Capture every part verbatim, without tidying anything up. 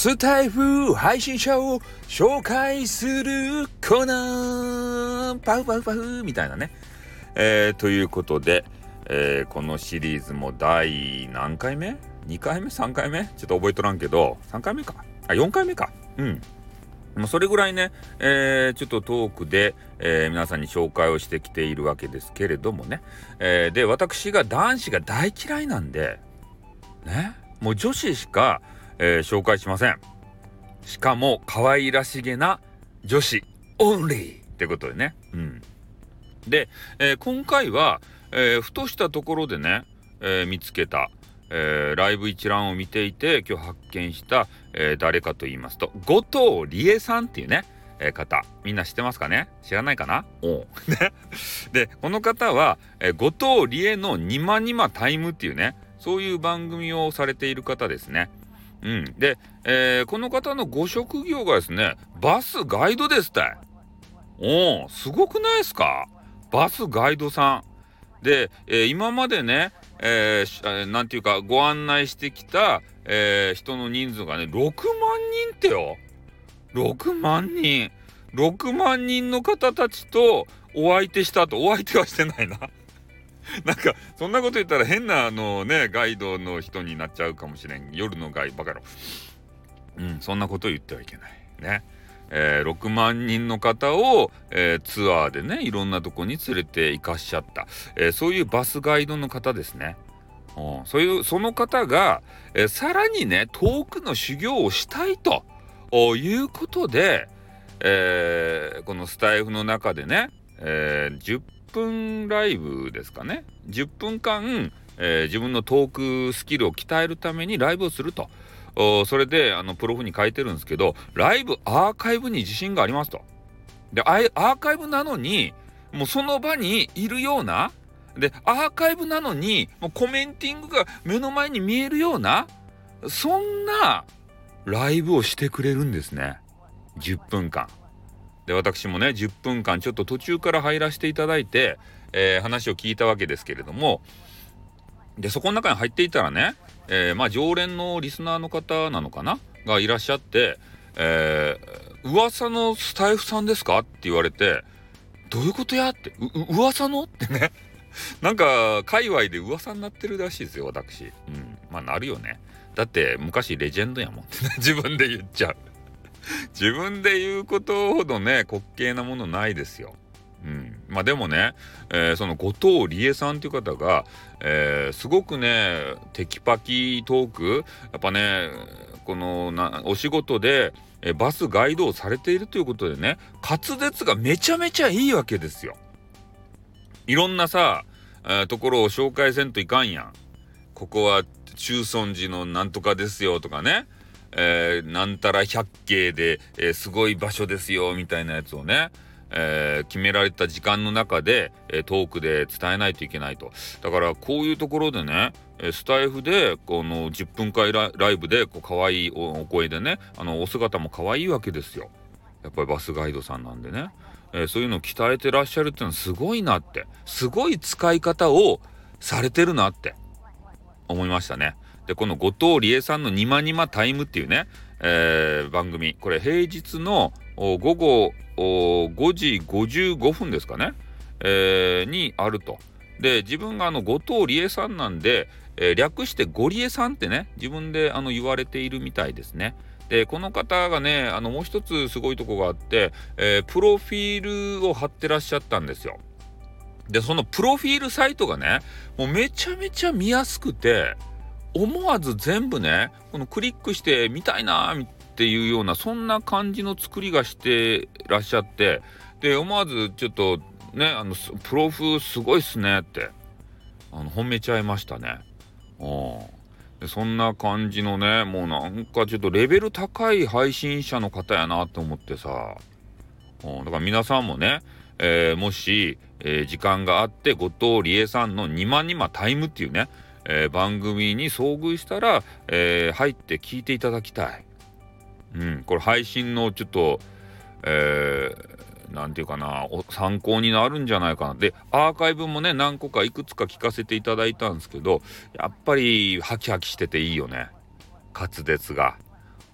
スタイフ配信者を紹介するコーナーパフパフパフみたいなね、えー、ということで、えー、このシリーズも第何回目 ?に 回目 ?さん 回目ちょっと覚えとらんけどさんかいめかあよんかいめかうんもうそれぐらいね、えー、ちょっとトークで、えー、皆さんに紹介をしてきているわけですけれどもね、えー、で私が男子が大嫌いなんでねもう女子しか、えー、紹介しません。しかも可愛らしげな女子オンリーってことでね、うん、で、えー、今回は、えー、ふとしたところでね、えー、見つけたえー、ライブ一覧を見ていて今日発見した、えー、誰かと言いますと後藤理恵さんっていうね、えー、方みんな知ってますかね知らないかなおうでこの方は、えー、後藤理恵のニマニマタイムっていうねそういう番組をされている方ですね。うんで、えー、この方のご職業がですねバスガイドですって。おおすごくないですか。バスガイドさんで、えー、今までねえー、なんていうかご案内してきた、えー、人の人数がねろくまんにんってよ。ろくまんにんろくまんにんの方たちとお相手したと。お相手はしてないななんかそんなこと言ったら変なあのねガイドの人になっちゃうかもしれん。夜のガイバカロうんそんなこと言ってはいけないね。えー、ろくまんにんの方を、えー、ツアーでねいろんなとこに連れて行かしちゃった、えー、そういうバスガイドの方ですね。うん、そういうその方が、えー、さらにね遠くの修行をしたいということで、えー、このスタイフの中でね、えー、じゅっぷんライブですかねじゅっぷんかん、えー、自分のトークスキルを鍛えるためにライブをすると。それであのプロフに書いてるんですけどライブアーカイブに自信がありますと。でアーカイブなのにもうその場にいるようなでアーカイブなのにもうコメンティングが目の前に見えるようなそんなライブをしてくれるんですね。じゅっぷんかんで私もねじゅっぷんかんちょっと途中から入らせていただいて、えー、話を聞いたわけですけれどもでそこの中に入っていたらね、えー、まあ常連のリスナーの方なのかながいらっしゃって、えー、噂のスタイフさんですかって言われてどういうことやってうう噂のってねなんか界隈で噂になってるらしいですよ私。うんまあなるよね。だって昔レジェンドやもんって自分で言っちゃう自分で言うことほどね滑稽なものないですよ。うん、まあでもね、えー、その後藤理恵さんという方が、えー、すごくねテキパキトークやっぱねこのなお仕事で、えー、バスガイドをされているということでね滑舌がめちゃめちゃいいわけですよ。いろんなさ、えー、ところを紹介せんといかんやん。ここは中尊寺のなんとかですよとかね、えー、なんたら百景で、えー、すごい場所ですよみたいなやつをねえー、決められた時間の中で、えー、トークで伝えないといけないと。だからこういうところでねスタイフでこのじゅっぷんかんライブでこう可愛い お, お声でねあのお姿も可愛いわけですよ。やっぱりバスガイドさんなんでね、えー、そういうのを鍛えてらっしゃるっていうのはすごいなってすごい使い方をされてるなって思いましたね。でこの後藤理恵さんのニマニマタイムっていうね、えー、番組これ平日の午後ごじごじゅうごふんですかね、えー、にあると。で自分があの後藤理恵さんなんで、えー、略してゴリエさんってね自分であの言われているみたいですね。でこの方がねあのもう一つすごいとこがあって、えー、プロフィールを貼ってらっしゃったんですよ。でそのプロフィールサイトがねもうめちゃめちゃ見やすくて思わず全部ねこのクリックしてみたいなっていうようなそんな感じの作りがしてらっしゃってで思わずちょっとねあのプロフすごいっすねってあの褒めちゃいましたね。でそんな感じのねもうなんかちょっとレベル高い配信者の方やなと思ってさだから皆さんもね、えー、もし、えー、時間があって後藤理恵さんのニマニマタイムっていうねえー、番組に遭遇したら、えー、入って聞いていただきたい。うん、これ配信のちょっと、えー、なんていうかな参考になるんじゃないかな。でアーカイブもね何個かいくつか聞かせていただいたんですけどやっぱりハキハキしてていいよね滑舌が。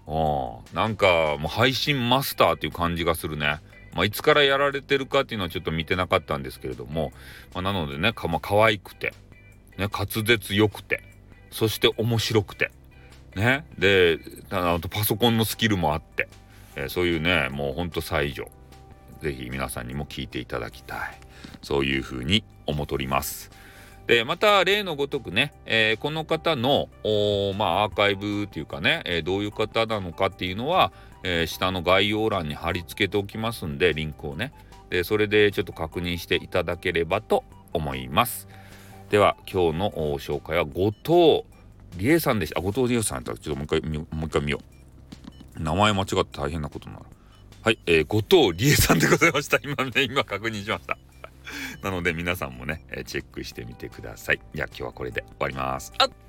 ああ、なんかもう配信マスターっていう感じがするね。まあ、いつからやられてるかっていうのはちょっと見てなかったんですけれども、まあ、なのでね、か、まあ、可愛くて、ね、滑舌よくて、そして面白くて、ね、で、あとパソコンのスキルもあって、えーそういうね、もうほんと最上。ぜひ皆さんにも聞いていただきたい。そういうふうに思っております。で、また例のごとくね、えーこの方の、おーまあ、アーカイブっていうかね、えーどういう方なのかっていうのは、えー下の概要欄に貼り付けておきますんで、リンクをね。で、それでちょっと確認していただければと思います。では、今日のお紹介は後藤理恵さんでした。あ、後藤理恵さんだったらちょっともう一回見よう、もう一回見よう。名前間違って大変なことになる。はい、えー、後藤理恵さんでございました。今ね、今確認しました。なので皆さんもね、えーチェックしてみてください。じゃあ今日はこれで終わります。あっ